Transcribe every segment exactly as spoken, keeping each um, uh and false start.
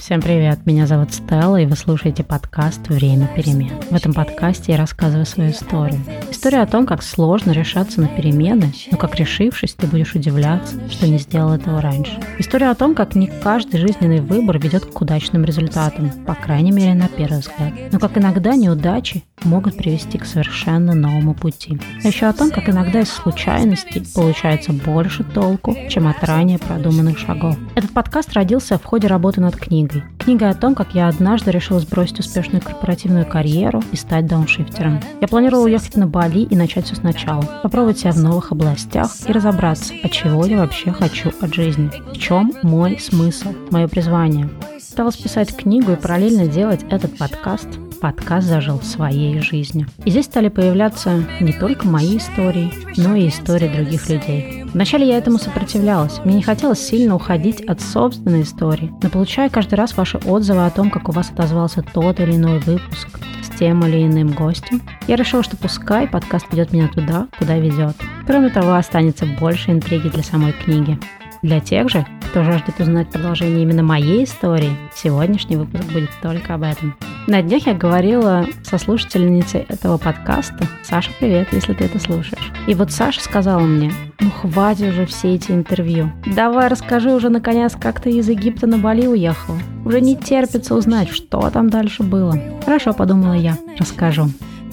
Всем привет, меня зовут Стелла, и вы слушаете подкаст «Время перемен». В этом подкасте я рассказываю свою историю. История о том, как сложно решаться на перемены, но как решившись, ты будешь удивляться, что не сделал этого раньше. История о том, как не каждый жизненный выбор ведет к удачным результатам, по крайней мере на первый взгляд, но как иногда неудачи могут привести к совершенно новому пути. А еще о том, как иногда из случайностей получается больше толку, чем от ранее продуманных шагов. Этот подкаст родился в ходе работы над книгой. Книга о том, как я однажды решила сбросить успешную корпоративную карьеру и стать дауншифтером. Я планировала уехать на Бали и начать все сначала, попробовать себя в новых областях и разобраться, от чего я вообще хочу от жизни, в чем мой смысл, мое призвание. Пыталась писать книгу и параллельно делать этот подкаст. Подкаст зажил своей жизнью. И здесь стали появляться не только мои истории, но и истории других людей. Вначале я этому сопротивлялась. Мне не хотелось сильно уходить от собственной истории. Но получая каждый раз ваши отзывы о том, как у вас отозвался тот или иной выпуск с тем или иным гостем, я решила, что пускай подкаст ведет меня туда, куда ведет. Кроме того, останется больше интриги для самой книги. Для тех же, кто жаждет узнать продолжение именно моей истории, сегодняшний выпуск будет только об этом. На днях я говорила со слушательницей этого подкаста. Саша, привет, если ты это слушаешь. И вот Саша сказала мне: ну хватит уже все эти интервью. Давай расскажи уже наконец, как ты из Египта на Бали уехала. Уже не терпится узнать, что там дальше было. Хорошо, подумала я, расскажу.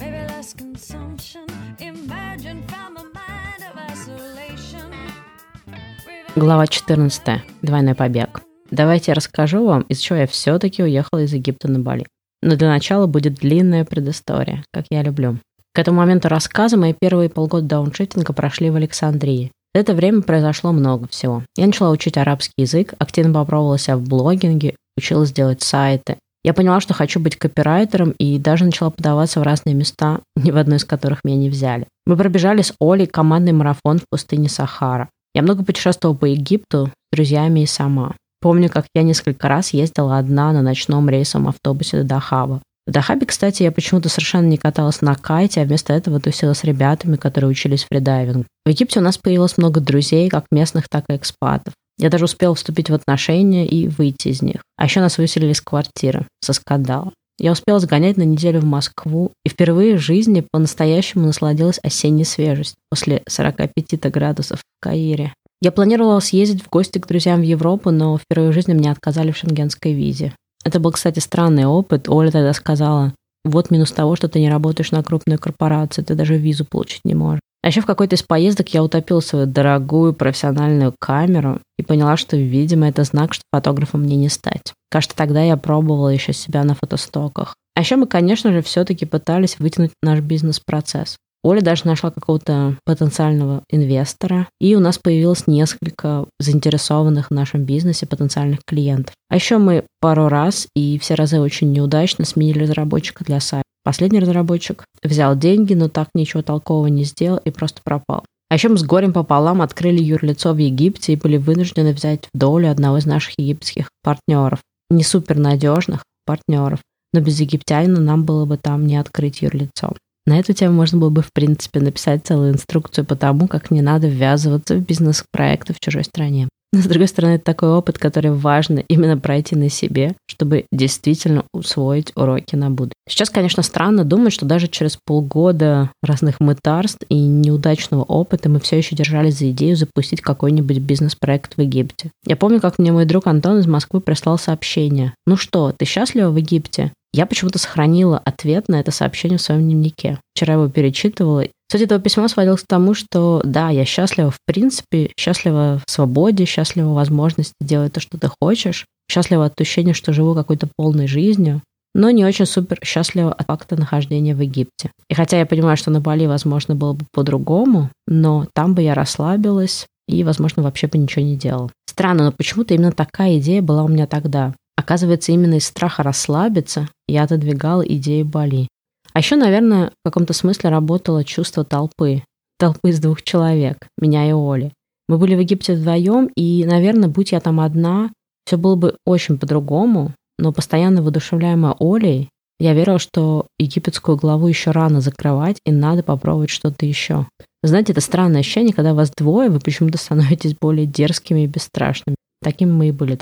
Глава четырнадцатая. Двойной побег. Давайте я расскажу вам, из чего я все-таки уехала из Египта на Бали. Но для начала будет длинная предыстория, как я люблю. К этому моменту рассказа мои первые полгода дауншифтинга прошли в Александрии. За это время произошло много всего. Я начала учить арабский язык, активно попробовала себя в блогинге, училась делать сайты. Я поняла, что хочу быть копирайтером, и даже начала подаваться в разные места, ни в одну из которых меня не взяли. Мы пробежали с Олей командный марафон в пустыне Сахара. Я много путешествовала по Египту с друзьями и сама. Помню, как я несколько раз ездила одна на ночном рейсовом автобусе до Дахаба. В Дахабе, кстати, я почему-то совершенно не каталась на кайте, а вместо этого тусила с ребятами, которые учились фридайвингу. В Египте у нас появилось много друзей, как местных, так и экспатов. Я даже успела вступить в отношения и выйти из них. А еще нас выселили из квартиры со скандала. Я успела сгонять на неделю в Москву и впервые в жизни по-настоящему насладилась осенней свежестью после сорока пяти градусов в Каире. Я планировала съездить в гости к друзьям в Европу, но впервые в жизни мне отказали в шенгенской визе. Это был, кстати, странный опыт. Оля тогда сказала: вот минус того, что ты не работаешь на крупную корпорацию, ты даже визу получить не можешь. А еще в какой-то из поездок я утопила свою дорогую профессиональную камеру и поняла, что, видимо, это знак, что фотографом мне не стать. Кажется, тогда я пробовала еще себя на фотостоках. А еще мы, конечно же, все-таки пытались вытянуть наш бизнес-процесс. Оля даже нашла какого-то потенциального инвестора, и у нас появилось несколько заинтересованных в нашем бизнесе потенциальных клиентов. А еще мы пару раз, и все разы очень неудачно, сменили разработчика для сайта. Последний разработчик взял деньги, но так ничего толкового не сделал и просто пропал. А еще мы с горем пополам открыли юрлицо в Египте и были вынуждены взять в долю одного из наших египетских партнеров. Не супернадежных партнеров, но без египтянина нам было бы там не открыть юрлицо. На эту тему можно было бы, в принципе, написать целую инструкцию по тому, как не надо ввязываться в бизнес-проекты в чужой стране. Но, с другой стороны, это такой опыт, который важно именно пройти на себе, чтобы действительно усвоить уроки на будущее. Сейчас, конечно, странно думать, что даже через полгода разных мытарств и неудачного опыта мы все еще держались за идею запустить какой-нибудь бизнес-проект в Египте. Я помню, как мне мой друг Антон из Москвы прислал сообщение: «Ну что, ты счастлива в Египте?» Я почему-то сохранила ответ на это сообщение в своем дневнике. Вчера его перечитывала. Суть этого письма сводилась к тому, что да, я счастлива в принципе, счастлива в свободе, счастлива в возможности делать то, что ты хочешь, счастлива от ощущения, что живу какой-то полной жизнью, но не очень супер счастлива от факта нахождения в Египте. И хотя я понимаю, что на Бали, возможно, было бы по-другому, но там бы я расслабилась и, возможно, вообще бы ничего не делала. Странно, но почему-то именно такая идея была у меня тогда. Оказывается, именно из страха расслабиться я отодвигала идею Бали. А еще, наверное, в каком-то смысле работало чувство толпы. Толпы из двух человек, меня и Оли. Мы были в Египте вдвоем, и, наверное, будь я там одна, все было бы очень по-другому, но постоянно воодушевляемая Олей, я верила, что египетскую главу еще рано закрывать, и надо попробовать что-то еще. Знаете, это странное ощущение, когда вас двое, вы почему-то становитесь более дерзкими и бесстрашными. Такими мы и были тогда.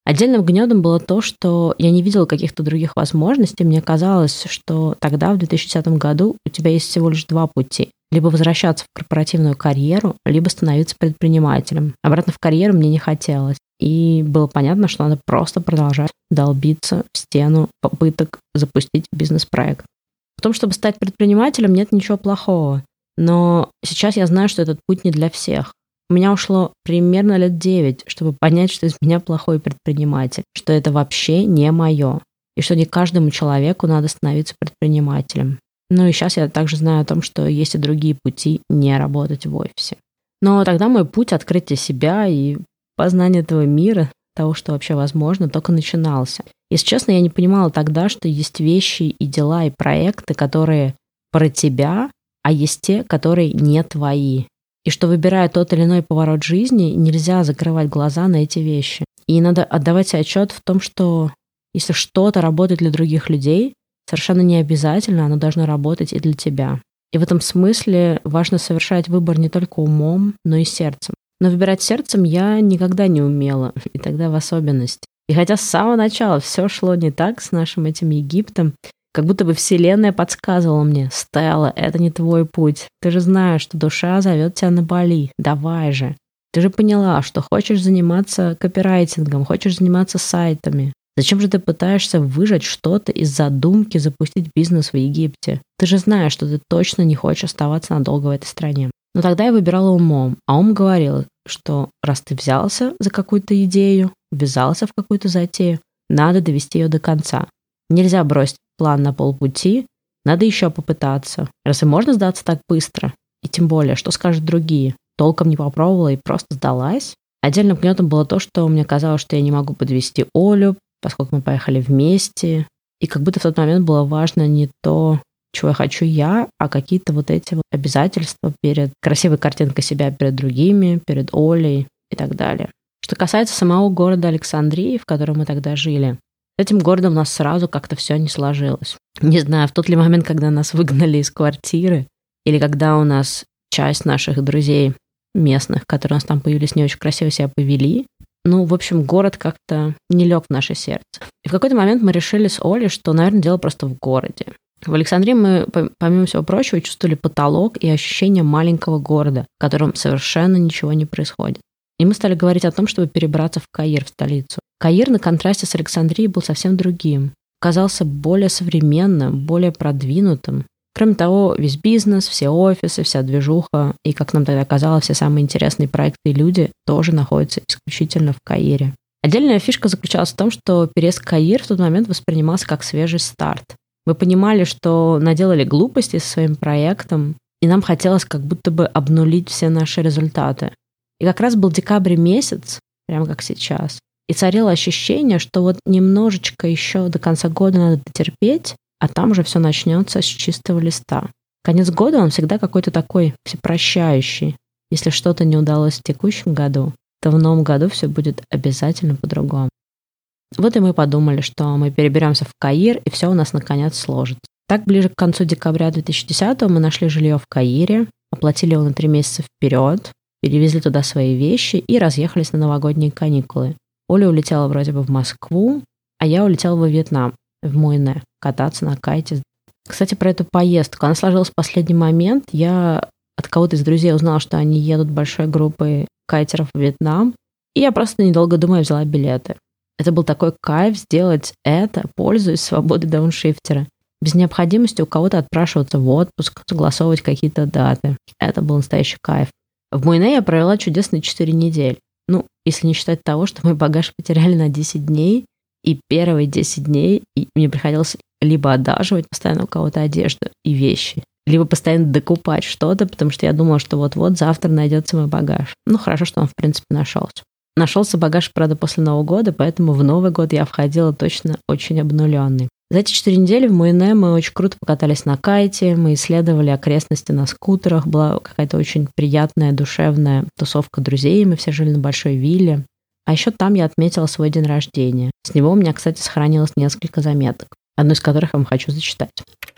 Отдельным гнетом было то, что я не видела каких-то других возможностей. Мне казалось, что тогда, в две тысячи десятом году, у тебя есть всего лишь два пути. Либо возвращаться в корпоративную карьеру, либо становиться предпринимателем. Обратно в карьеру мне не хотелось. И было понятно, что надо просто продолжать долбиться в стену попыток запустить бизнес-проект. В том, чтобы стать предпринимателем, нет ничего плохого. Но сейчас я знаю, что этот путь не для всех. У меня ушло примерно лет девять, чтобы понять, что из меня плохой предприниматель, что это вообще не мое, и что не каждому человеку надо становиться предпринимателем. Ну и сейчас я также знаю о том, что есть и другие пути не работать в офисе. Но тогда мой путь открытия себя и познания этого мира, того, что вообще возможно, только начинался. Если честно, я не понимала тогда, что есть вещи и дела, и проекты, которые про тебя, а есть те, которые не твои. И что, выбирая тот или иной поворот жизни, нельзя закрывать глаза на эти вещи. И надо отдавать себе отчет в том, что если что-то работает для других людей, совершенно не обязательно оно должно работать и для тебя. И в этом смысле важно совершать выбор не только умом, но и сердцем. Но выбирать сердцем я никогда не умела, и тогда в особенности. И хотя с самого начала все шло не так с нашим этим Египтом, как будто бы вселенная подсказывала мне: «Стелла, это не твой путь. Ты же знаешь, что душа зовет тебя на Бали. Давай же. Ты же поняла, что хочешь заниматься копирайтингом, хочешь заниматься сайтами. Зачем же ты пытаешься выжать что-то из задумки запустить бизнес в Египте? Ты же знаешь, что ты точно не хочешь оставаться надолго в этой стране». Но тогда я выбирала умом, а ум говорил, что раз ты взялся за какую-то идею, ввязался в какую-то затею, надо довести ее до конца. Нельзя бросить план на полпути, надо еще попытаться. Разве можно сдаться так быстро? И тем более, что скажут другие? Толком не попробовала и просто сдалась? Отдельным гнетом было то, что мне казалось, что я не могу подвести Олю, поскольку мы поехали вместе. И как будто в тот момент было важно не то, чего я хочу я, а какие-то вот эти вот обязательства перед красивой картинкой себя перед другими, перед Олей и так далее. Что касается самого города Александрии, в котором мы тогда жили, с этим городом у нас сразу как-то все не сложилось. Не знаю, в тот ли момент, когда нас выгнали из квартиры, или когда у нас часть наших друзей местных, которые у нас там появились, не очень красиво себя повели. Ну, в общем, город как-то не лег в наше сердце. И в какой-то момент мы решили с Олей, что, наверное, дело просто в городе. В Александрии мы, помимо всего прочего, чувствовали потолок и ощущение маленького города, в котором совершенно ничего не происходит. И мы стали говорить о том, чтобы перебраться в Каир, в столицу. Каир на контрасте с Александрией был совсем другим. Казался более современным, более продвинутым. Кроме того, весь бизнес, все офисы, вся движуха и, как нам тогда казалось, все самые интересные проекты и люди тоже находятся исключительно в Каире. Отдельная фишка заключалась в том, что переезд в Каир в тот момент воспринимался как свежий старт. Мы понимали, что наделали глупости со своим проектом, и нам хотелось как будто бы обнулить все наши результаты. И как раз был декабрь месяц, прямо как сейчас, и царило ощущение, что вот немножечко еще до конца года надо дотерпеть, а там уже все начнется с чистого листа. Конец года, он всегда какой-то такой всепрощающий. Если что-то не удалось в текущем году, то в новом году все будет обязательно по-другому. Вот и мы подумали, что мы переберемся в Каир, и все у нас наконец сложится. Так, ближе к концу декабря две тысячи десятого мы нашли жилье в Каире, оплатили его на три месяца вперед, перевезли туда свои вещи и разъехались на новогодние каникулы. Оля улетела вроде бы в Москву, а я улетела во Вьетнам, в Муйне, кататься на кайте. Кстати, про эту поездку. Она сложилась в последний момент. Я от кого-то из друзей узнала, что они едут большой группой кайтеров в Вьетнам, и я просто, недолго думая, взяла билеты. Это был такой кайф сделать это, пользуясь свободой дауншифтера, без необходимости у кого-то отпрашиваться в отпуск, согласовывать какие-то даты. Это был настоящий кайф. В Муйне я провела чудесные четыре недели. Ну, если не считать того, что мой багаж потеряли на десять дней, и первые десять дней и мне приходилось либо одалживать постоянно у кого-то одежду и вещи, либо постоянно докупать что-то, потому что я думала, что вот-вот завтра найдется мой багаж. Ну, хорошо, что он, в принципе, нашелся. Нашелся багаж, правда, после Нового года, поэтому в Новый год я входила точно очень обнуленный. За эти четыре недели в Муйне мы очень круто покатались на кайте, мы исследовали окрестности на скутерах, была какая-то очень приятная, душевная тусовка друзей, мы все жили на большой вилле. А еще там я отметила свой день рождения. С него у меня, кстати, сохранилось несколько заметок, одну из которых я вам хочу зачитать.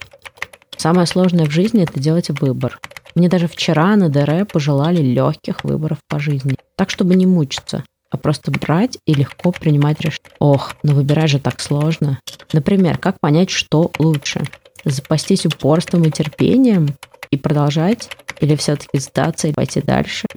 Самое сложное в жизни – это делать выбор. Мне даже вчера на ДР пожелали легких выборов по жизни. Так, чтобы не мучиться. а просто брать и легко принимать решения. Ох, но выбирать же так сложно. Например, как понять, что лучше? Запастись упорством и терпением и продолжать? Или все-таки сдаться и пойти дальше?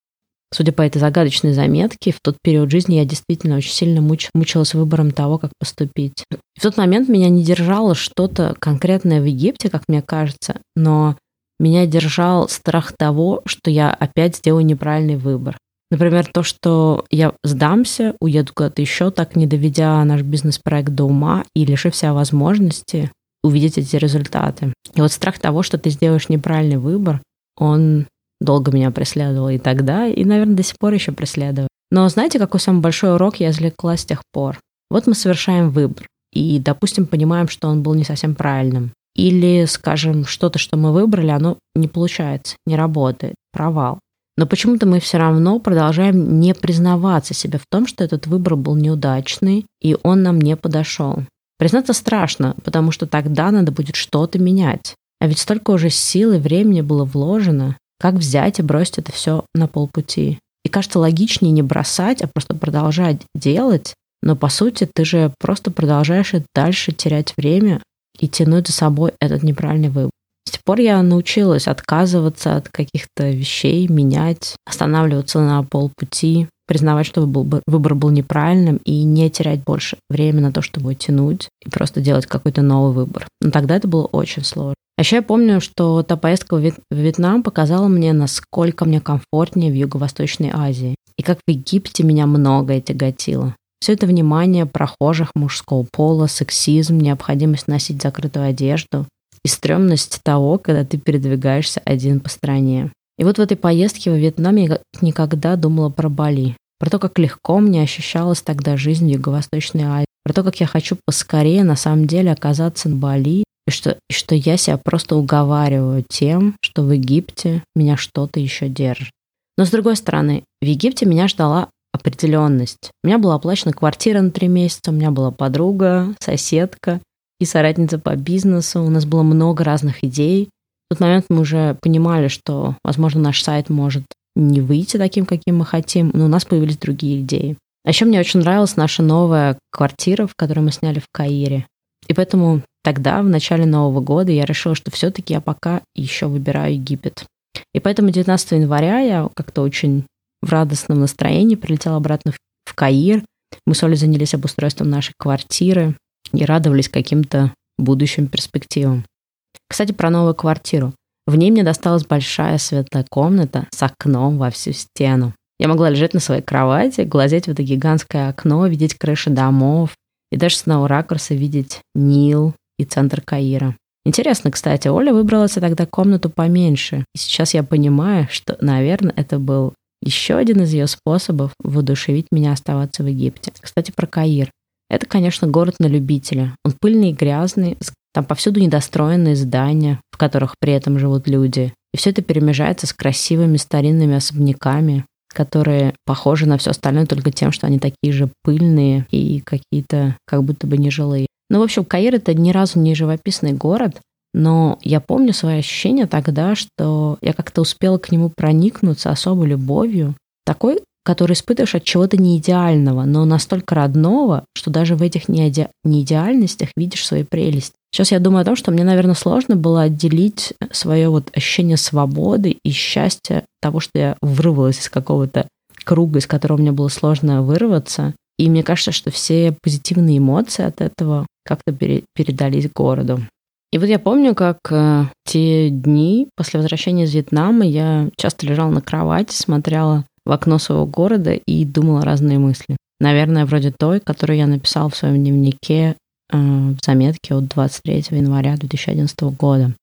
Судя по этой загадочной заметке, в тот период жизни я действительно очень сильно муч... мучилась выбором того, как поступить. И в тот момент меня не держало что-то конкретное в Египте, как мне кажется, но меня держал страх того, что я опять сделаю неправильный выбор. Например, то, что я сдамся, уеду куда-то еще, так не доведя наш бизнес-проект до ума и лишив себя возможности увидеть эти результаты. И вот страх того, что ты сделаешь неправильный выбор, он долго меня преследовал и тогда, и, наверное, до сих пор еще преследует. Но знаете, какой самый большой урок я извлекла с тех пор? Вот мы совершаем выбор и, допустим, понимаем, что он был не совсем правильным. Или, скажем, что-то, что мы выбрали, оно не получается, не работает, провал. Но почему-то мы все равно продолжаем не признаваться себе в том, что этот выбор был неудачный, и он нам не подошел. Признаться страшно, потому что тогда надо будет что-то менять. А ведь столько уже сил и времени было вложено. Как взять и бросить это все на полпути? И кажется, логичнее не бросать, а просто продолжать делать. Но по сути ты же просто продолжаешь и дальше терять время и тянуть за собой этот неправильный выбор. С тех пор я научилась отказываться от каких-то вещей, менять, останавливаться на полпути, признавать, что выбор был неправильным и не терять больше времени на то, чтобы тянуть и просто делать какой-то новый выбор. Но тогда это было очень сложно. А еще я помню, что та поездка в Вьетнам показала мне, насколько мне комфортнее в Юго-Восточной Азии и как в Египте меня многое тяготило. Все это внимание прохожих мужского пола, сексизм, необходимость носить закрытую одежду и стрёмность того, когда ты передвигаешься один по стране. И вот в этой поездке во Вьетнам я никогда думала про Бали, про то, как легко мне ощущалась тогда жизнь в Юго-Восточной Азии, про то, как я хочу поскорее на самом деле оказаться на Бали, и что, и что я себя просто уговариваю тем, что в Египте меня что-то еще держит. Но с другой стороны, в Египте меня ждала определенность. У меня была оплачена квартира на три месяца, у меня была подруга, соседка и соратница по бизнесу. У нас было много разных идей. В тот момент мы уже понимали, что, возможно, наш сайт может не выйти таким, каким мы хотим, но у нас появились другие идеи. А еще мне очень нравилась наша новая квартира, в которой мы сняли в Каире. И поэтому тогда, в начале Нового года, я решила, что все-таки я пока еще выбираю Египет. И поэтому девятнадцатого января я как-то очень в радостном настроении прилетела обратно в Каир. Мы с Олей занялись обустройством нашей квартиры и радовались каким-то будущим перспективам. Кстати, про новую квартиру. В ней мне досталась большая светлая комната с окном во всю стену. Я могла лежать на своей кровати, глазеть в это гигантское окно, видеть крыши домов и даже с одного ракурса видеть Нил и центр Каира. Интересно, кстати, Оля выбрала себе тогда комнату поменьше. И сейчас я понимаю, что, наверное, это был еще один из ее способов воодушевить меня оставаться в Египте. Кстати, про Каир. Это, конечно, город на любителя. Он пыльный и грязный, там повсюду недостроенные здания, в которых при этом живут люди. И все это перемежается с красивыми старинными особняками, которые похожи на все остальное только тем, что они такие же пыльные и какие-то как будто бы нежилые. Ну, в общем, Каир — это ни разу не живописный город, но я помню свои ощущения тогда, что я как-то успела к нему проникнуться особой любовью, такой, который испытываешь от чего-то неидеального, но настолько родного, что даже в этих неиде... неидеальностях видишь свои прелести. Сейчас я думаю о том, что мне, наверное, сложно было отделить свое вот ощущение свободы и счастья того, что я вырвалась из какого-то круга, из которого мне было сложно вырваться. И мне кажется, что все позитивные эмоции от этого как-то пере... передались городу. И вот я помню, как э, те дни после возвращения из Вьетнама я часто лежала на кровати, смотрела в окно своего города и думала разные мысли. Наверное, вроде той, которую я написала в своем дневнике э, в заметке от двадцать третьего января две тысячи одиннадцатого года.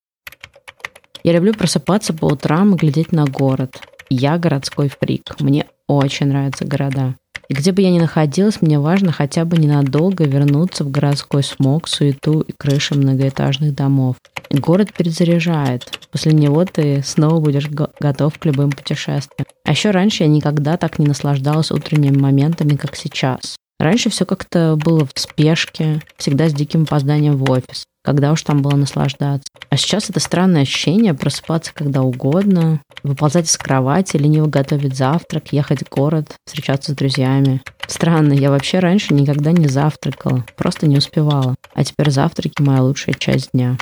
Я люблю просыпаться по утрам и глядеть на город. Я городской фрик. Мне очень нравятся города. И где бы я ни находилась, мне важно хотя бы ненадолго вернуться в городской смог, суету и крыши многоэтажных домов. И город перезаряжает. После него ты снова будешь го- готов к любым путешествиям. А еще раньше я никогда так не наслаждалась утренними моментами, как сейчас. Раньше все как-то было в спешке, всегда с диким опозданием в офис, когда уж там было наслаждаться. А сейчас это странное ощущение просыпаться когда угодно, выползать из кровати, лениво готовить завтрак, ехать в город, встречаться с друзьями. Странно, я вообще раньше никогда не завтракала, просто не успевала. А теперь завтраки – моя лучшая часть дня.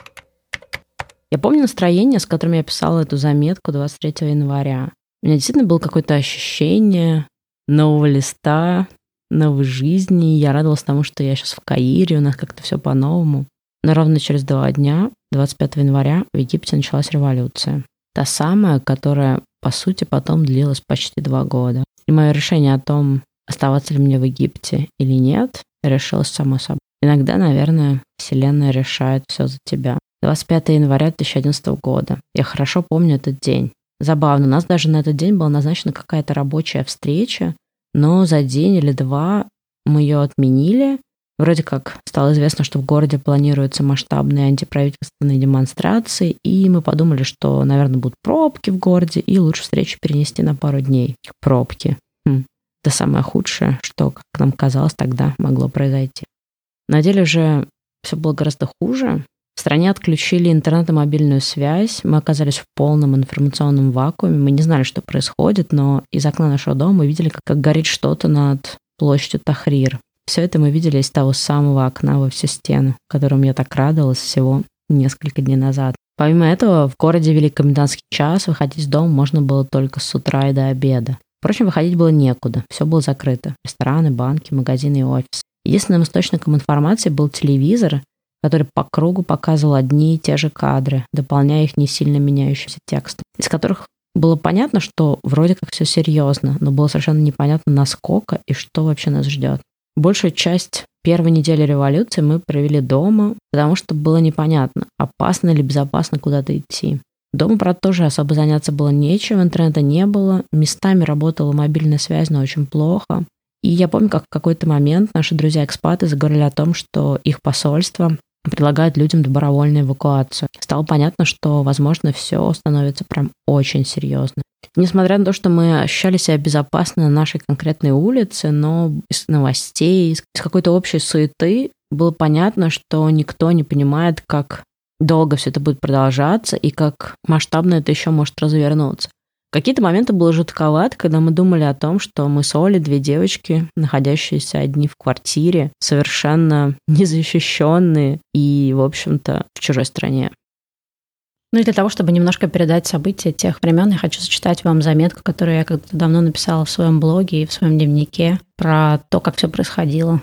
Я помню настроение, с которым я писала эту заметку двадцать третьего января. У меня действительно было какое-то ощущение нового листа, новой жизни. Я радовалась тому, что я сейчас в Каире, у нас как-то все по-новому. Но ровно через два дня, двадцать пятого января, в Египте началась революция. Та самая, которая, по сути, потом длилась почти два года. И мое решение о том, оставаться ли мне в Египте или нет, решилось само собой. Иногда, наверное, Вселенная решает все за тебя. двадцать пятого января две тысячи одиннадцатого года. Я хорошо помню этот день. Забавно, у нас даже на этот день была назначена какая-то рабочая встреча, но за день или два мы ее отменили. Вроде как стало известно, что в городе планируются масштабные антиправительственные демонстрации, и мы подумали, что, наверное, будут пробки в городе, и лучше встречу перенести на пару дней. Пробки. Хм. Это самое худшее, что, как нам казалось, тогда могло произойти. На деле же все было гораздо хуже. В стране отключили интернет и мобильную связь, мы оказались в полном информационном вакууме, мы не знали, что происходит, но из окна нашего дома мы видели, как горит что-то над площадью Тахрир. Все это мы видели из того самого окна во всю стену, которому я так радовалась всего несколько дней назад. Помимо этого, в городе ввели комендантский час, выходить из дома можно было только с утра и до обеда. Впрочем, выходить было некуда, все было закрыто. Рестораны, банки, магазины и офисы. Единственным источником информации был телевизор, который по кругу показывал одни и те же кадры, дополняя их не сильно меняющимся текстом, из которых было понятно, что вроде как все серьезно, но было совершенно непонятно, насколько и что вообще нас ждет. Большую часть первой недели революции мы провели дома, потому что было непонятно, опасно или безопасно куда-то идти. Дома, правда, тоже особо заняться было нечем, интернета не было, местами работала мобильная связь, но очень плохо. И я помню, как в какой-то момент наши друзья-экспаты заговорили о том, что их посольство предлагает людям добровольную эвакуацию. Стало понятно, что, возможно, все становится прям очень серьезно. Несмотря на то, что мы ощущали себя безопасно на нашей конкретной улице, но из новостей, из какой-то общей суеты было понятно, что никто не понимает, как долго все это будет продолжаться и как масштабно это еще может развернуться. В какие-то моменты было жутковато, когда мы думали о том, что мы с Олей, две девочки, находящиеся одни в квартире, совершенно незащищенные и, в общем-то, в чужой стране. Ну и для того, чтобы немножко передать события тех времен, я хочу зачитать вам заметку, которую я когда-то давно написала в своем блоге и в своем дневнике про то, как все происходило.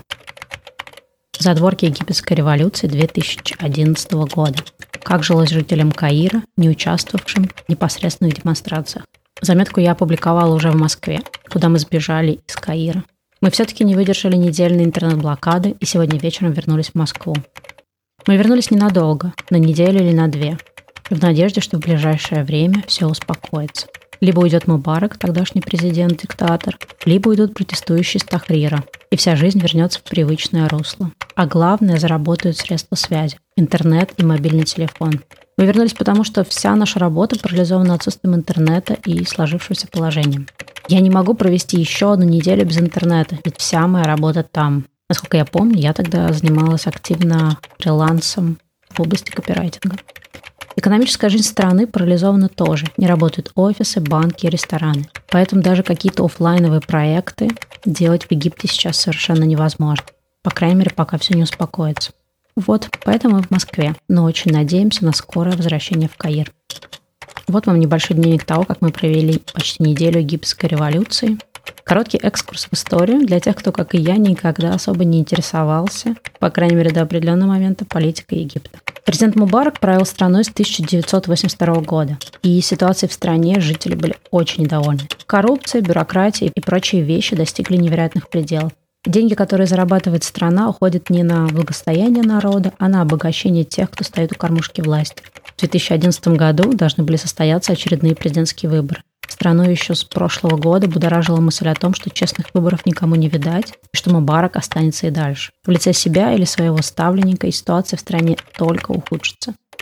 Задворки египетской революции две тысячи одиннадцатого года. Как жилось жителям Каира, не участвовавшим в непосредственных демонстрациях. Заметку я опубликовала уже в Москве, куда мы сбежали из Каира. Мы все-таки не выдержали недельной интернет-блокады и сегодня вечером вернулись в Москву. Мы вернулись ненадолго, на неделю или на две, в надежде, что в ближайшее время все успокоится. Либо уйдет Мубарак, тогдашний президент-диктатор, либо уйдут протестующие с Тахрира, и вся жизнь вернется в привычное русло. А главное, заработают средства связи, интернет и мобильный телефон. Мы вернулись потому, что вся наша работа парализована отсутствием интернета и сложившимся положением. Я не могу провести еще одну неделю без интернета, ведь вся моя работа там. Насколько я помню, я тогда занималась активно фрилансом в области копирайтинга. Экономическая жизнь страны парализована тоже. Не работают офисы, банки и рестораны. Поэтому даже какие-то офлайновые проекты делать в Египте сейчас совершенно невозможно. По крайней мере, пока все не успокоится. Вот, поэтому мы в Москве, но очень надеемся на скорое возвращение в Каир. Вот вам небольшой дневник того, как мы провели почти неделю египетской революции. Короткий экскурс в историю для тех, кто, как и я, никогда особо не интересовался, по крайней мере, до определенного момента, политикой Египта. Президент Мубарак правил страной с тысяча девятьсот восемьдесят второго года, и ситуацией в стране жители были очень недовольны. Коррупция, бюрократия и прочие вещи достигли невероятных пределов. Деньги, которые зарабатывает страна, уходят не на благосостояние народа, а на обогащение тех, кто стоит у кормушки власти. В две тысячи одиннадцатом году должны были состояться очередные президентские выборы. Страну еще с прошлого года будоражила мысль о том, что честных выборов никому не видать, и что Мубарак останется и дальше. В лице себя или своего ставленника, и ситуация в стране только ухудшится.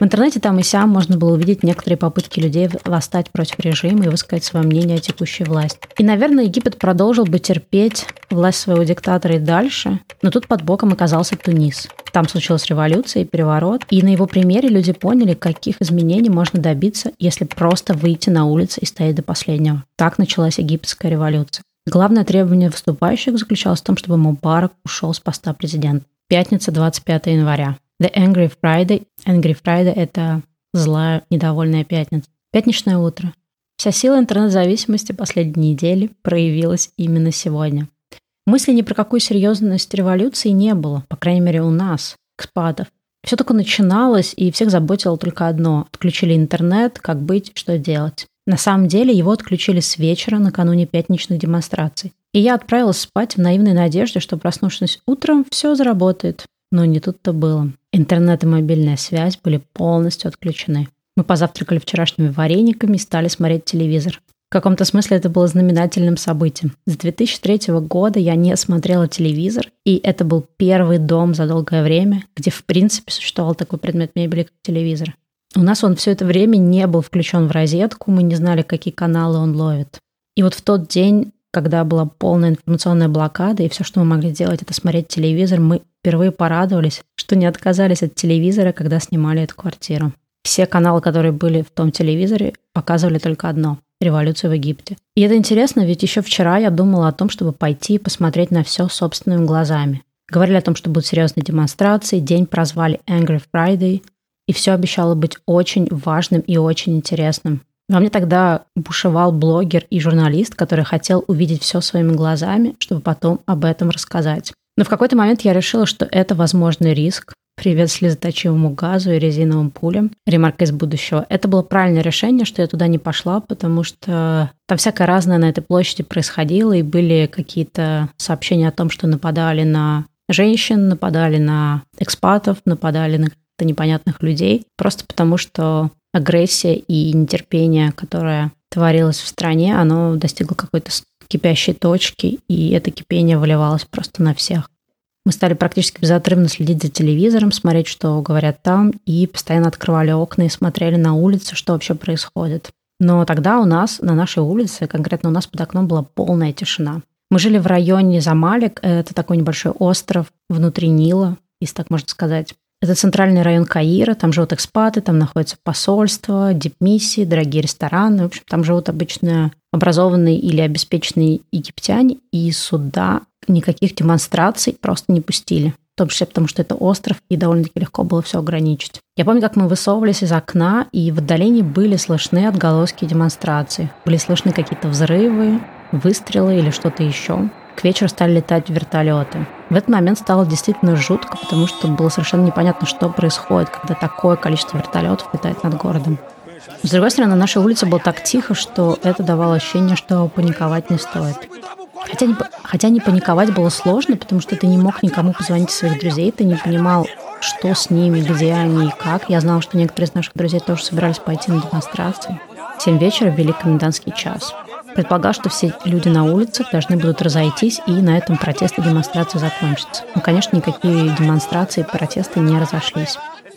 В интернете там и сям можно было увидеть некоторые попытки людей восстать против режима и высказать свое мнение о текущей власти. И, наверное, Египет продолжил бы терпеть власть своего диктатора и дальше, но тут под боком оказался Тунис. Там случилась революция и переворот, и на его примере люди поняли, каких изменений можно добиться, если просто выйти на улицы и стоять до последнего. Так началась египетская революция. Главное требование выступающих заключалось в том, чтобы Мубарак ушел с поста президента. Пятница, двадцать пятого января. The Angry Friday. Angry Friday – это злая, недовольная пятница. Пятничное утро. Вся сила интернет-зависимости последней недели проявилась именно сегодня. Мысли ни про какую серьезность революции не было, по крайней мере у нас, экспатов. Все только начиналось, и всех заботило только одно – отключили интернет, как быть, что делать. На самом деле его отключили с вечера накануне пятничных демонстраций. И я отправилась спать в наивной надежде, что, проснувшись утром, все заработает. Но не тут-то было. Интернет и мобильная связь были полностью отключены. Мы позавтракали вчерашними варениками и стали смотреть телевизор. В каком-то смысле это было знаменательным событием. С две тысячи третьего года я не смотрела телевизор, и это был первый дом за долгое время, где в принципе существовал такой предмет мебели, как телевизор. У нас он все это время не был включен в розетку, мы не знали, какие каналы он ловит. И вот в тот день, когда была полная информационная блокада, и все, что мы могли делать, это смотреть телевизор, мы впервые порадовались, что не отказались от телевизора, когда снимали эту квартиру. Все каналы, которые были в том телевизоре, показывали только одно – революцию в Египте. И это интересно, ведь еще вчера я думала о том, чтобы пойти и посмотреть на все собственными глазами. Говорили о том, что будут серьезные демонстрации, день прозвали Angry Friday, и все обещало быть очень важным и очень интересным. Во мне тогда бушевал блогер и журналист, который хотел увидеть все своими глазами, чтобы потом об этом рассказать. Но в какой-то момент я решила, что это возможный риск. Привет слезоточивому газу и резиновым пулям. Ремарка из будущего. Это было правильное решение, что я туда не пошла, потому что там всякое разное на этой площади происходило, и были какие-то сообщения о том, что нападали на женщин, нападали на экспатов, нападали на каких-то непонятных людей, просто потому что агрессия и нетерпение, которое творилось в стране, оно достигло какой-то кипящей точки, и это кипение выливалось просто на всех. Мы стали практически безотрывно следить за телевизором, смотреть, что говорят там, и постоянно открывали окна и смотрели на улицу, что вообще происходит. Но тогда у нас, на нашей улице, конкретно у нас под окном была полная тишина. Мы жили в районе Замалек, это такой небольшой остров внутри Нила, если так можно сказать. Это центральный район Каира, там живут экспаты, там находится посольство, дипмиссии, дорогие рестораны. В общем, там живут обычно образованные или обеспеченные египтяне, и сюда никаких демонстраций просто не пустили. В том числе потому, что это остров, и довольно-таки легко было все ограничить. Я помню, как мы высовывались из окна, и в отдалении были слышны отголоски демонстраций. Были слышны какие-то взрывы, выстрелы или что-то еще. К вечеру стали летать вертолеты. В этот момент стало действительно жутко, потому что было совершенно непонятно, что происходит, когда такое количество вертолетов летает над городом. С другой стороны, на нашей улице было так тихо, что это давало ощущение, что паниковать не стоит. Хотя не, хотя не паниковать было сложно, потому что ты не мог никому позвонить из своих друзей, ты не понимал, что с ними, где они и как. Я знала, что некоторые из наших друзей тоже собирались пойти на демонстрации. В семь вечера ввели комендантский час. Предполагал, что все люди на улицах должны будут разойтись, и на этом протесты и демонстрации закончатся. Но, конечно, никакие демонстрации и протесты не разошлись.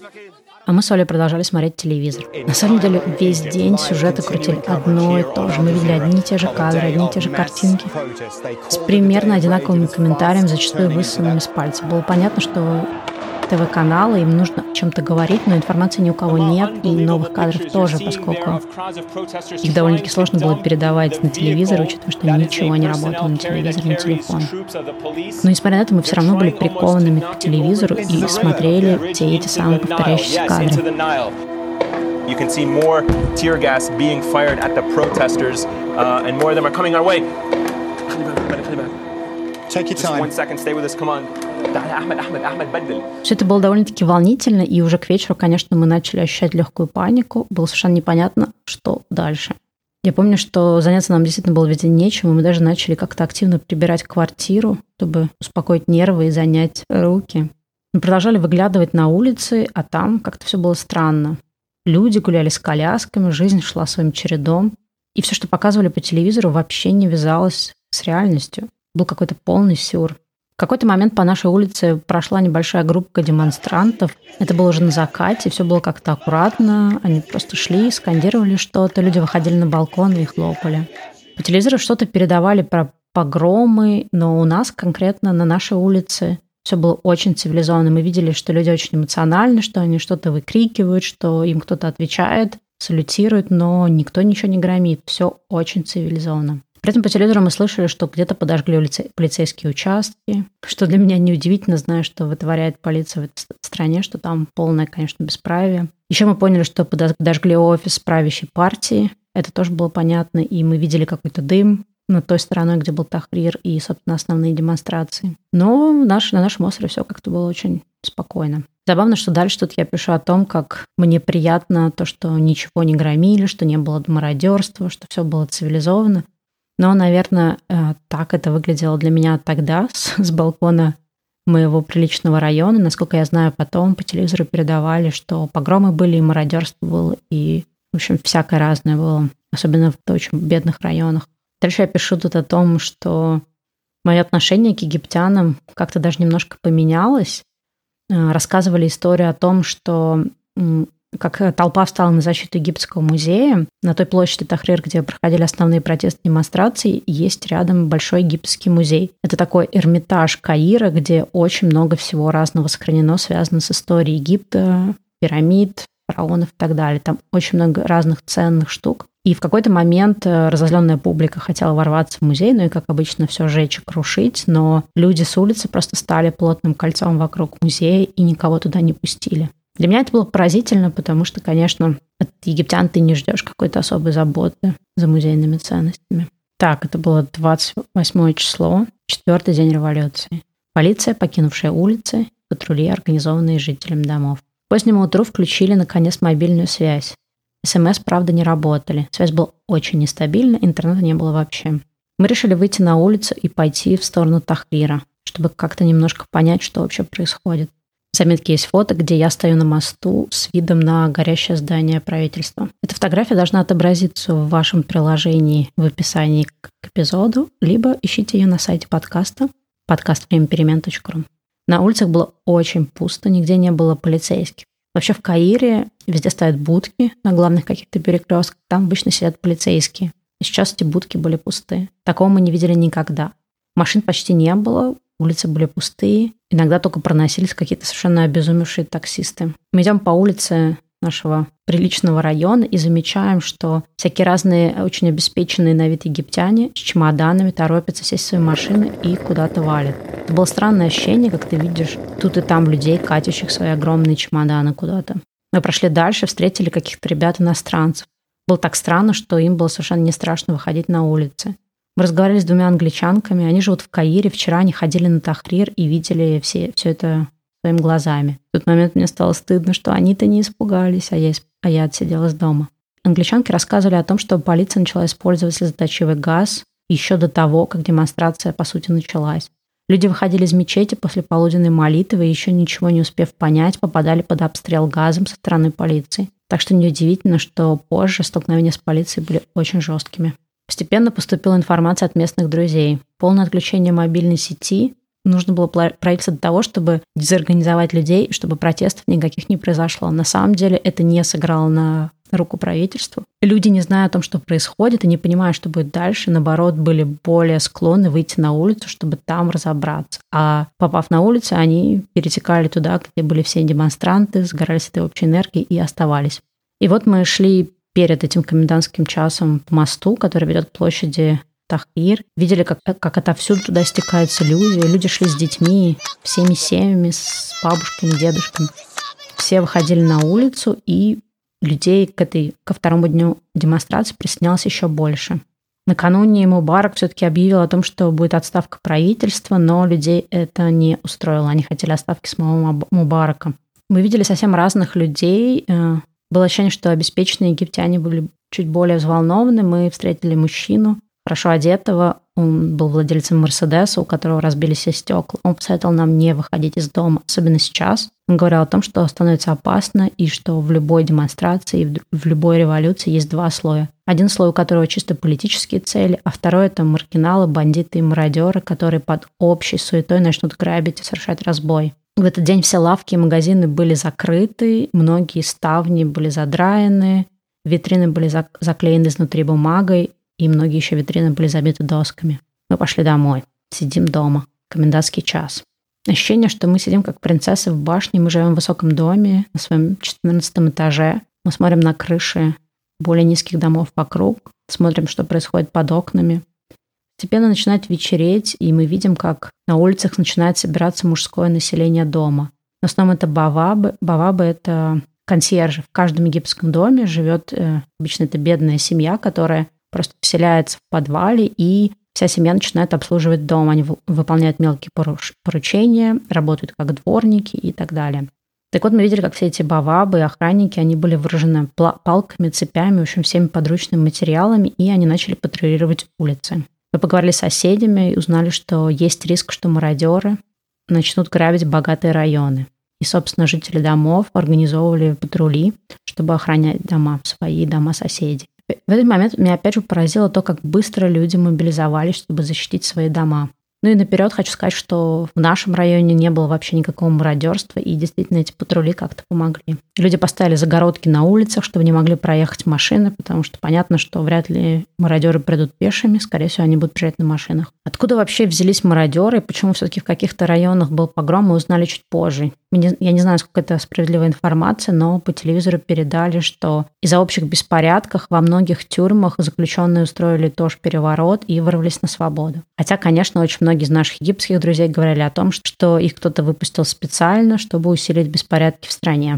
А мы с Олей продолжали смотреть телевизор. На самом деле, весь день сюжеты крутили одно и то же. Мы видели одни и те же кадры, одни и те же картинки с примерно одинаковыми комментариями, зачастую высосанными с пальца. Было понятно, что ТВ-каналы, им нужно о чем-то говорить, но информации ни у кого нет, и новых кадров тоже, поскольку их довольно-таки сложно было передавать на телевизор, учитывая, что ничего не работало на телевизоре, на телефоне. Но, несмотря на это, мы все равно были прикованными к телевизору и смотрели те эти самые повторяющиеся кадры. You can see more tear gas being fired at the protesters, uh, and more of them are coming our way. Take your time. Just one second, stay with us, come on. Все это было довольно-таки волнительно, и уже к вечеру, конечно, мы начали ощущать легкую панику. Было совершенно непонятно, что дальше. Я помню, что заняться нам действительно было видно нечем, и мы даже начали как-то активно прибирать квартиру, чтобы успокоить нервы и занять руки. Мы продолжали выглядывать на улицы, а там как-то все было странно. Люди гуляли с колясками, жизнь шла своим чередом, и все, что показывали по телевизору, вообще не вязалось с реальностью. Был какой-то полный сюр. В какой-то момент по нашей улице прошла небольшая группа демонстрантов. Это было уже на закате, все было как-то аккуратно. Они просто шли, скандировали что-то, люди выходили на балкон и хлопали. По телевизору что-то передавали про погромы, но у нас конкретно на нашей улице все было очень цивилизованно. Мы видели, что люди очень эмоциональны, что они что-то выкрикивают, что им кто-то отвечает, салютирует, но никто ничего не громит. Все очень цивилизованно. При этом по телевизору мы слышали, что где-то подожгли улице, полицейские участки, что для меня неудивительно, зная, что вытворяет полиция в этой стране, что там полное, конечно, бесправие. Еще мы поняли, что подожгли офис правящей партии. Это тоже было понятно, и мы видели какой-то дым над той стороной, где был Тахрир и, собственно, основные демонстрации. Но наш, на нашем острове все как-то было очень спокойно. Забавно, что дальше тут я пишу о том, как мне приятно то, что ничего не громили, что не было мародерства, что все было цивилизованно. Но, наверное, так это выглядело для меня тогда, с, с балкона моего приличного района. Насколько я знаю, потом по телевизору передавали, что погромы были, и мародерство было, и, в общем, всякое разное было, особенно в очень бедных районах. Дальше я пишу тут о том, что мое отношение к египтянам как-то даже немножко поменялось. Рассказывали историю о том, что как толпа встала на защиту египетского музея. На той площади Тахрир, где проходили основные протесты и демонстрации, есть рядом большой египетский музей. Это такой Эрмитаж Каира, где очень много всего разного сохранено, связано с историей Египта, пирамид, фараонов и так далее. Там очень много разных ценных штук. И в какой-то момент разозленная публика хотела ворваться в музей, ну и, как обычно, все жечь и крушить, но люди с улицы просто стали плотным кольцом вокруг музея и никого туда не пустили. Для меня это было поразительно, потому что, конечно, от египтян ты не ждешь какой-то особой заботы за музейными ценностями. Так, это было двадцать восьмое число, четвертый день революции. Полиция, покинувшая улицы, патрули, организованные жителями домов. К позднему утру включили, наконец, мобильную связь. СМС, правда, не работали. Связь была очень нестабильна, интернета не было вообще. Мы решили выйти на улицу и пойти в сторону Тахрира, чтобы как-то немножко понять, что вообще происходит. В заметке есть фото, где я стою на мосту с видом на горящее здание правительства. Эта фотография должна отобразиться в вашем приложении в описании к эпизоду, либо ищите ее на сайте подкаста подкаст время перемен точка ру. На улицах было очень пусто, нигде не было полицейских. Вообще в Каире везде стоят будки на главных каких-то перекрестках, там обычно сидят полицейские. И сейчас эти будки были пустые. Такого мы не видели никогда. Машин почти не было, улицы были пустые. Иногда только проносились какие-то совершенно обезумевшие таксисты. Мы идем по улице нашего приличного района и замечаем, что всякие разные очень обеспеченные на вид египтяне с чемоданами торопятся сесть в свои машины и куда-то валят. Это было странное ощущение, как ты видишь тут и там людей, катящих свои огромные чемоданы куда-то. Мы прошли дальше, встретили каких-то ребят-иностранцев. Было так странно, что им было совершенно не страшно выходить на улицы. Мы разговаривали с двумя англичанками, они живут в Каире, вчера они ходили на Тахрир и видели все, все это своими глазами. В тот момент мне стало стыдно, что они-то не испугались, а я, а я отсиделась дома. Англичанки рассказывали о том, что полиция начала использовать слезоточивый газ еще до того, как демонстрация, по сути, началась. Люди выходили из мечети после полуденной молитвы и еще ничего не успев понять, попадали под обстрел газом со стороны полиции. Так что неудивительно, что позже столкновения с полицией были очень жесткими. Постепенно поступила информация от местных друзей. Полное отключение мобильной сети нужно было правительству для того, чтобы дезорганизовать людей, чтобы протестов никаких не произошло. На самом деле это не сыграло на руку правительству. Люди, не зная о том, что происходит, и не понимая, что будет дальше, наоборот, были более склонны выйти на улицу, чтобы там разобраться. А попав на улицу, они перетекали туда, где были все демонстранты, сгорались этой общей энергией и оставались. И вот мы шли перед этим комендантским часом по мосту, который ведет к площади Тахрир. Видели, как, как отовсюду туда стекаются люди. Люди шли с детьми, всеми семьями, с бабушками, дедушками. Все выходили на улицу, и людей к этой, ко второму дню демонстрации присоединялось еще больше. Накануне Мубарак все-таки объявил о том, что будет отставка правительства, но людей это не устроило. Они хотели отставки самого Мубарака. Мы видели совсем разных людей. Было ощущение, что обеспеченные египтяне были чуть более взволнованы. Мы встретили мужчину, хорошо одетого. Он был владельцем Мерседеса, у которого разбились все стекла. Он посоветовал нам не выходить из дома, особенно сейчас, Он говорил о том, что становится опасно и что в любой демонстрации и в любой революции есть два слоя. Один слой, у которого чисто политические цели, а второй – это маргиналы, бандиты и мародеры, которые под общей суетой начнут грабить и совершать разбой. В этот день все лавки и магазины были закрыты, многие ставни были задраены, витрины были заклеены изнутри бумагой, и многие еще витрины были забиты досками. Мы пошли домой, сидим дома, комендантский час. Ощущение, что мы сидим как принцессы в башне, мы живем в высоком доме на своем четырнадцатом этаже, мы смотрим на крыши более низких домов вокруг, смотрим, что происходит под окнами. Постепенно начинает вечереть, и мы видим, как на улицах начинает собираться мужское население дома. В основном это бавабы. Бавабы – это консьержи. В каждом египетском доме живет, обычно это бедная семья, которая просто вселяется в подвале, и вся семья начинает обслуживать дом. Они выполняют мелкие поручения, работают как дворники и так далее. Так вот, мы видели, как все эти бавабы и охранники, они были вооружены палками, цепями, в общем, всеми подручными материалами, и они начали патрулировать улицы. Мы поговорили с соседями и узнали, что есть риск, что мародеры начнут грабить богатые районы. И, собственно, жители домов организовывали патрули, чтобы охранять дома, свои дома соседей. В этот момент меня опять же поразило то, как быстро люди мобилизовались, чтобы защитить свои дома. Ну и наперед хочу сказать, что в нашем районе не было вообще никакого мародерства, и действительно эти патрули как-то помогли. Люди поставили загородки на улицах, чтобы не могли проехать машины, потому что понятно, что вряд ли мародеры придут пешими, скорее всего, они будут приезжать на машинах. Откуда вообще взялись мародеры, и почему все-таки в каких-то районах был погром, мы узнали чуть позже. Я не знаю, сколько это справедливая информация, но по телевизору передали, что из-за общих беспорядков во многих тюрьмах заключенные устроили тоже переворот и вырвались на свободу. Хотя, конечно, очень многие из наших египетских друзей говорили о том, что их кто-то выпустил специально, чтобы усилить беспорядки в стране.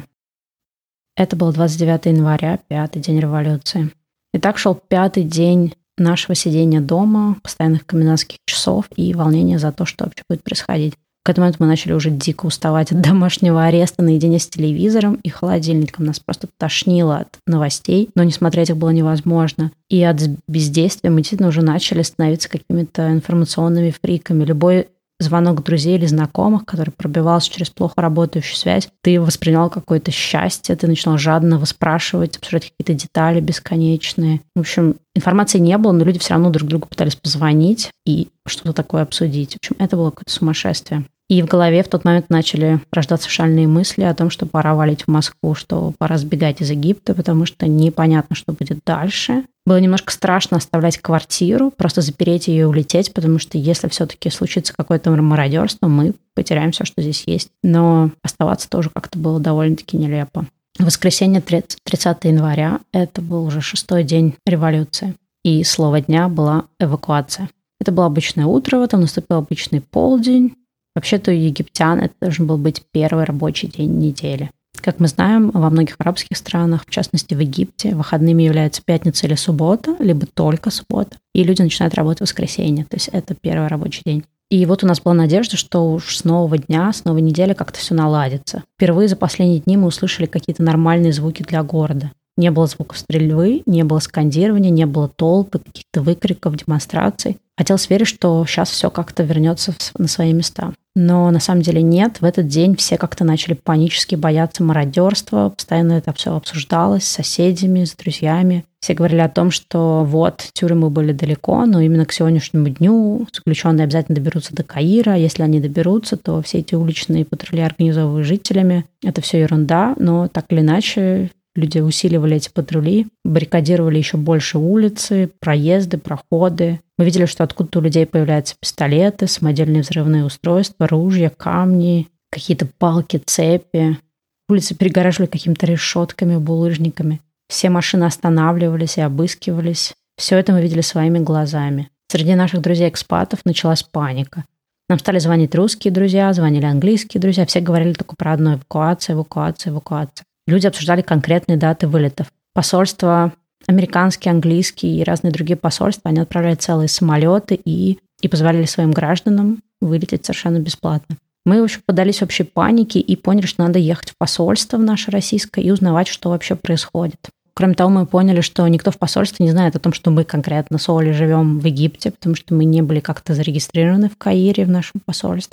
Это был двадцать девятого января, пятый день революции. И так шел пятый день нашего сидения дома, постоянных комендантских часов и волнения за то, что вообще будет происходить. К этому моменту мы начали уже дико уставать от домашнего ареста наедине с телевизором и холодильником. Нас просто тошнило от новостей, но не смотреть их было невозможно. И от бездействия мы действительно уже начали становиться какими-то информационными фриками. Любой звонок друзей или знакомых, который пробивался через плохо работающую связь, ты воспринял какое-то счастье, ты начинал жадно выспрашивать, обсуждать какие-то детали бесконечные. В общем, информации не было, но люди все равно друг другу пытались позвонить и что-то такое обсудить. В общем, это было какое-то сумасшествие. И в голове в тот момент начали рождаться шальные мысли о том, что пора валить в Москву, что пора сбегать из Египта, потому что непонятно, что будет дальше. Было немножко страшно оставлять квартиру, просто запереть ее и улететь, потому что если все-таки случится какое-то мародерство, мы потеряем все, что здесь есть. Но оставаться тоже как-то было довольно-таки нелепо. Воскресенье тридцатого января, это был уже шестой день революции. И слово дня была эвакуация. Это было обычное утро, в этом наступил обычный полдень. Вообще-то у египтян это должен был быть первый рабочий день недели. Как мы знаем, во многих арабских странах, в частности в Египте, выходными являются пятница или суббота, либо только суббота, и люди начинают работать в воскресенье, то есть это первый рабочий день. И вот у нас была надежда, что уж с нового дня, с новой недели как-то все наладится. Впервые за последние дни мы услышали какие-то нормальные звуки для города. Не было звуков стрельбы, не было скандирования, не было толпы, каких-то выкриков, демонстраций. Хотелось верить, что сейчас все как-то вернется на свои места. Но на самом деле нет. В этот день все как-то начали панически бояться мародерства. Постоянно это все обсуждалось с соседями, с друзьями. Все говорили о том, что вот, тюрьмы были далеко, но именно к сегодняшнему дню заключенные обязательно доберутся до Каира. Если они доберутся, то все эти уличные патрули, организованные жителями, это все ерунда. Но так или иначе, люди усиливали эти патрули, баррикадировали еще больше улицы, проезды, проходы. Мы видели, что откуда-то у людей появляются пистолеты, самодельные взрывные устройства, ружья, камни, какие-то палки, цепи. Улицы перегораживали какими-то решетками, булыжниками. Все машины останавливались и обыскивались. Все это мы видели своими глазами. Среди наших друзей-экспатов началась паника. Нам стали звонить русские друзья, звонили английские друзья. Все говорили только про одну: эвакуация, эвакуация, эвакуация. Люди обсуждали конкретные даты вылетов. Посольства американские, английские и разные другие посольства, они отправляли целые самолеты и, и позволяли своим гражданам вылететь совершенно бесплатно. Мы, в общем, поддались общей панике и поняли, что надо ехать в посольство в наше российское и узнавать, что вообще происходит. Кроме того, мы поняли, что никто в посольстве не знает о том, что мы конкретно с Олей живем в Египте, потому что мы не были как-то зарегистрированы в Каире, в нашем посольстве.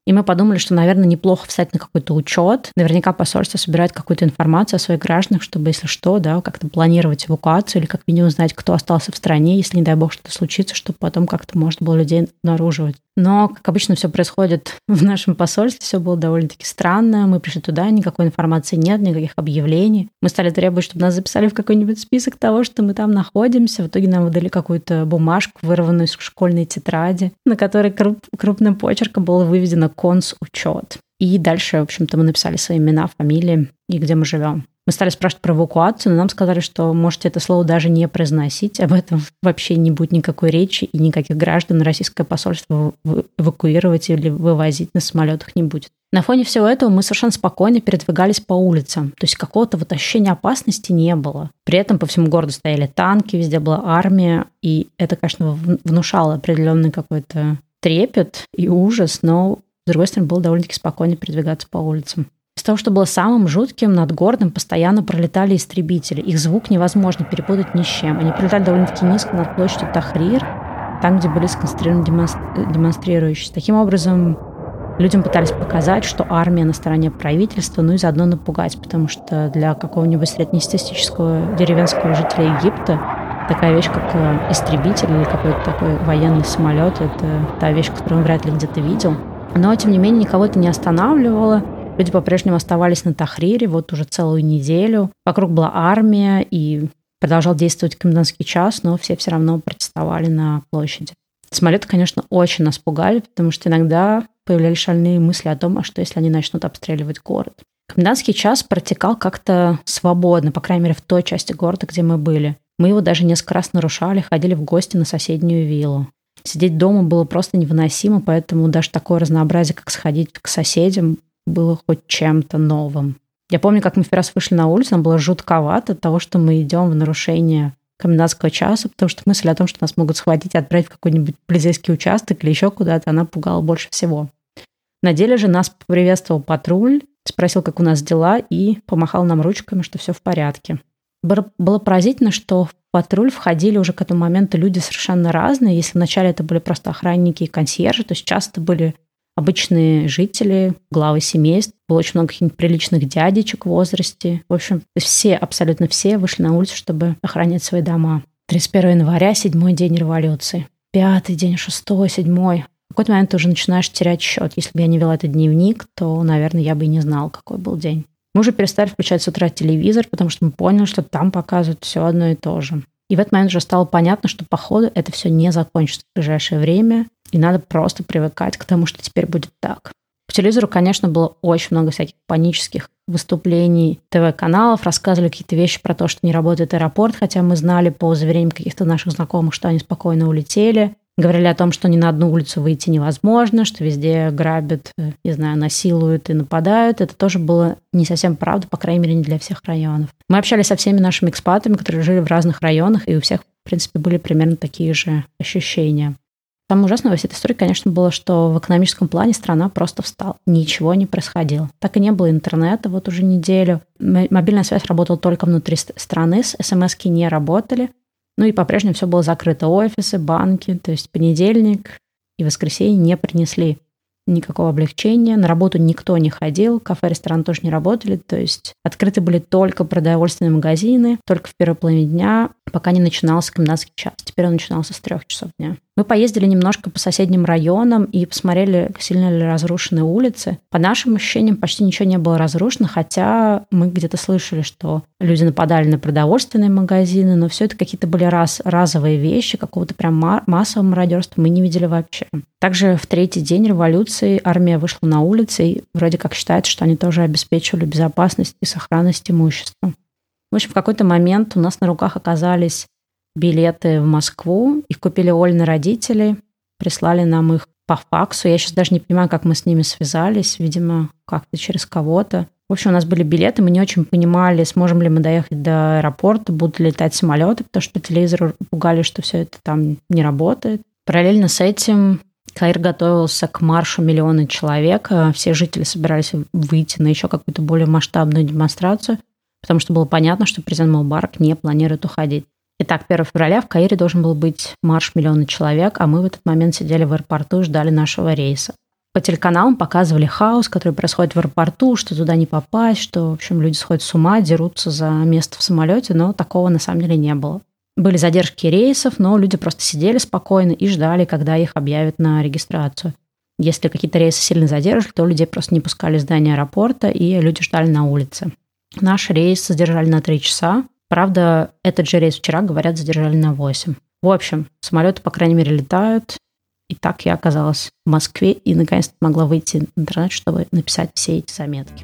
И мы подумали, что, наверное, неплохо встать на какой-то учет. Наверняка посольство собирает какую-то информацию о своих гражданах, чтобы, если что, да, как-то планировать эвакуацию или как минимум знать, кто остался в стране, если, не дай бог, что-то случится, чтобы потом как-то можно было людей обнаруживать. Но, как обычно, все происходит в нашем посольстве, все было довольно-таки странно. Мы пришли туда, никакой информации нет, никаких объявлений. Мы стали требовать, чтобы нас записали в какой-нибудь список того, что мы там находимся. В итоге нам выдали какую-то бумажку, вырванную из школьной тетради, на которой круп- крупным почерком было выведено «конс-учет». И дальше, в общем-то, мы написали свои имена, фамилии и где мы живем. Мы стали спрашивать про эвакуацию, но нам сказали, что можете это слово даже не произносить, об этом вообще не будет никакой речи, и никаких граждан российское посольство эвакуировать или вывозить на самолетах не будет. На фоне всего этого мы совершенно спокойно передвигались по улицам, то есть какого-то вот ощущения опасности не было. При этом по всему городу стояли танки, везде была армия, и это, конечно, внушало определенный какой-то трепет и ужас, но, с другой стороны, было довольно-таки спокойно передвигаться по улицам. Из того, что было самым жутким, над городом постоянно пролетали истребители. Их звук невозможно перепутать ни с чем. Они прилетали довольно-таки низко над площадью Тахрир, там, где были сконцентрированы демонстрирующие. Таким образом, людям пытались показать, что армия на стороне правительства, ну и заодно напугать, потому что для какого-нибудь среднестатистического деревенского жителя Египта такая вещь, как истребитель или какой-то такой военный самолет, это та вещь, которую он вряд ли где-то видел. Но, тем не менее, никого это не останавливало. Люди по-прежнему оставались на Тахрире вот уже целую неделю. Вокруг была армия, и продолжал действовать комендантский час, но все все равно протестовали на площади. Самолеты, конечно, очень нас пугали, потому что иногда появлялись шальные мысли о том, а что, если они начнут обстреливать город. Комендантский час протекал как-то свободно, по крайней мере, в той части города, где мы были. Мы его даже несколько раз нарушали, ходили в гости на соседнюю виллу. Сидеть дома было просто невыносимо, поэтому даже такое разнообразие, как сходить к соседям, было хоть чем-то новым. Я помню, как мы в первый раз вышли на улицу, нам было жутковато от того, что мы идем в нарушение комендантского часа, потому что мысль о том, что нас могут схватить и отправить в какой-нибудь полицейский участок или еще куда-то, она пугала больше всего. На деле же нас поприветствовал патруль, спросил, как у нас дела, и помахал нам ручками, что все в порядке. Было поразительно, что в патруль входили уже к этому моменту люди совершенно разные. Если вначале это были просто охранники и консьержи, то сейчас это были обычные жители, главы семейств. Было очень много каких-нибудь приличных дядечек в возрасте. В общем, все, абсолютно все вышли на улицу, чтобы охранять свои дома. тридцать первого января, седьмой день революции. Пятый день, шестой, седьмой. В какой-то момент ты уже начинаешь терять счет. Если бы я не вела этот дневник, то, наверное, я бы и не знала, какой был день. Мы уже перестали включать с утра телевизор, потому что мы поняли, что там показывают все одно и то же. И в этот момент уже стало понятно, что, походу, это все не закончится в ближайшее время, и надо просто привыкать к тому, что теперь будет так. По телевизору, конечно, было очень много всяких панических выступлений ТВ-каналов, рассказывали какие-то вещи про то, что не работает аэропорт, хотя мы знали по заверениям каких-то наших знакомых, что они спокойно улетели. Говорили о том, что ни на одну улицу выйти невозможно, что везде грабят, не знаю, насилуют и нападают. Это тоже было не совсем правда, по крайней мере, не для всех районов. Мы общались со всеми нашими экспатами, которые жили в разных районах, и у всех, в принципе, были примерно такие же ощущения. Самое ужасное во всей этой истории, конечно, было, что в экономическом плане страна просто встала. Ничего не происходило. Так и не было интернета вот уже неделю. Мобильная связь работала только внутри страны, смс-ки не работали. Ну и по-прежнему все было закрыто. Офисы, банки, то есть понедельник и воскресенье не принесли никакого облегчения. На работу никто не ходил, кафе, рестораны тоже не работали. То есть открыты были только продовольственные магазины, только в первой половине дня, пока не начинался комендантский час. Теперь он начинался с трех часов дня. Мы поездили немножко по соседним районам и посмотрели, сильно ли разрушены улицы. По нашим ощущениям, почти ничего не было разрушено, хотя мы где-то слышали, что люди нападали на продовольственные магазины, но все это какие-то были раз, разовые вещи, какого-то прям массового мародерства мы не видели вообще. Также в третий день революции армия вышла на улицы, и вроде как считается, что они тоже обеспечивали безопасность и сохранность имущества. В общем, в какой-то момент у нас на руках оказались билеты в Москву. Их купили Олины родители, прислали нам их по факсу. Я сейчас даже не понимаю, как мы с ними связались. Видимо, как-то через кого-то. В общем, у нас были билеты, мы не очень понимали, сможем ли мы доехать до аэропорта, будут ли летать самолеты, потому что по телевизору пугали, что все это там не работает. Параллельно с этим Каир готовился к маршу миллиона человек. Все жители собирались выйти на еще какую-то более масштабную демонстрацию, потому что было понятно, что президент Мубарак не планирует уходить. Итак, первого февраля в Каире должен был быть марш миллиона человек, а мы в этот момент сидели в аэропорту и ждали нашего рейса. По телеканалам показывали хаос, который происходит в аэропорту, что туда не попасть, что, в общем, люди сходят с ума, дерутся за место в самолете, но такого на самом деле не было. Были задержки рейсов, но люди просто сидели спокойно и ждали, когда их объявят на регистрацию. Если какие-то рейсы сильно задержали, то людей просто не пускали в здание аэропорта, и люди ждали на улице. Наш рейс задержали на три часа. Правда, этот же рейс вчера, говорят, задержали на восемь. В общем, самолеты, по крайней мере, летают. И так я оказалась в Москве и наконец-то могла выйти в интернет, чтобы написать все эти заметки.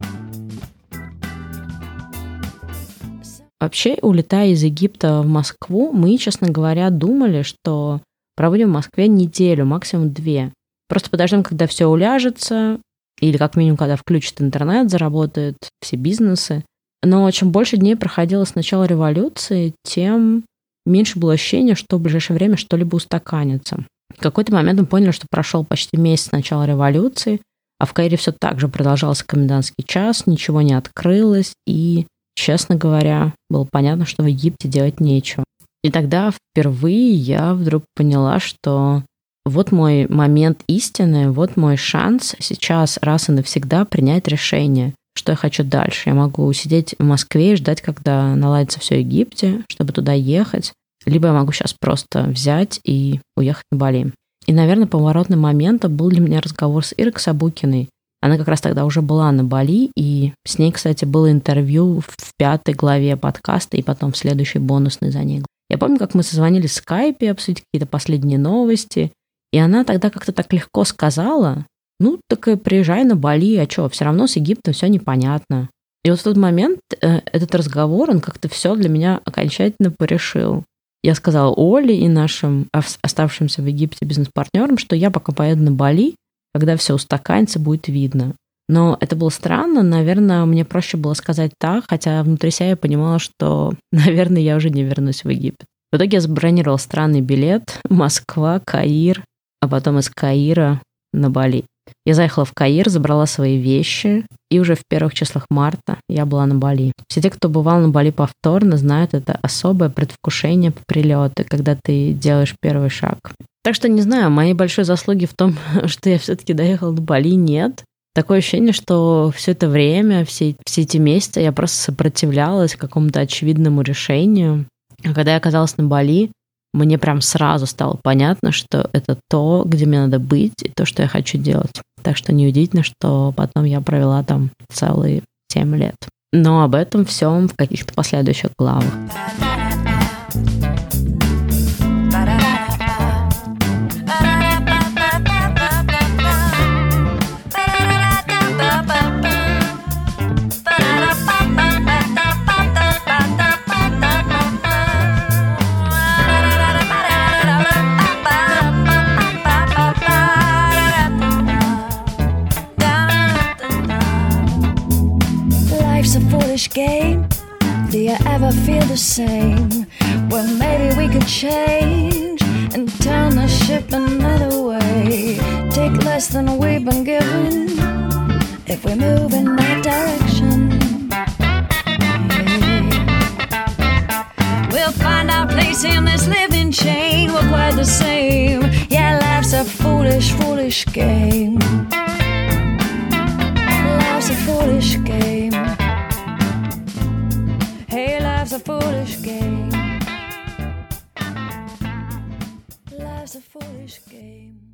Вообще, улетая из Египта в Москву, мы, честно говоря, думали, что проводим в Москве неделю, максимум две. Просто подождем, когда все уляжется, или как минимум, когда включат интернет, заработают все бизнесы. Но чем больше дней проходило с начала революции, тем меньше было ощущения, что в ближайшее время что-либо устаканится. В какой-то момент мы поняли, что прошел почти месяц с начала революции, а в Каире все так же продолжался комендантский час, ничего не открылось, и, честно говоря, было понятно, что в Египте делать нечего. И тогда впервые я вдруг поняла, что вот мой момент истины, вот мой шанс сейчас раз и навсегда принять решение, что я хочу дальше. Я могу сидеть в Москве и ждать, когда наладится все в Египте, чтобы туда ехать, либо я могу сейчас просто взять и уехать на Бали. И, наверное, поворотным моментом был для меня разговор с Ирой Кособукиной. Она как раз тогда уже была на Бали, и с ней, кстати, было интервью в пятой главе подкаста и потом в следующей бонусной за ней. Я помню, как мы созвонились в скайпе, обсудить какие-то последние новости, и она тогда как-то так легко сказала: ну, так и приезжай на Бали, а что, все равно с Египтом все непонятно. И вот в тот момент э, этот разговор, он как-то все для меня окончательно порешил. Я сказала Оле и нашим оставшимся в Египте бизнес-партнерам, что я пока поеду на Бали, когда все устаканится, будет видно. Но это было странно, наверное, мне проще было сказать так, хотя внутри себя я понимала, что, наверное, я уже не вернусь в Египет. В итоге я забронировала странный билет Москва, Каир, а потом из Каира на Бали. Я заехала в Каир, забрала свои вещи, и уже в первых числах марта я была на Бали. Все те, кто бывал на Бали повторно, знают это особое предвкушение по прилету, когда ты делаешь первый шаг. Так что, не знаю, моей большой заслуги в том, что я все-таки доехала до Бали, нет. Такое ощущение, что все это время, все, все эти месяцы я просто сопротивлялась какому-то очевидному решению. А когда я оказалась на Бали, мне прям сразу стало понятно, что это то, где мне надо быть, и то, что я хочу делать. Так что неудивительно, что потом я провела там целые семь лет. Но об этом всем в каких-то последующих главах. Game. Do you ever feel the same? Well, maybe we could change and turn the ship another way. Take less than we've been given if we move in that direction. Yeah. We'll find our place in this living chain. We're quite the same. Yeah, life's a foolish, foolish game. Life's a foolish game. Life's a foolish game. Life's a foolish game.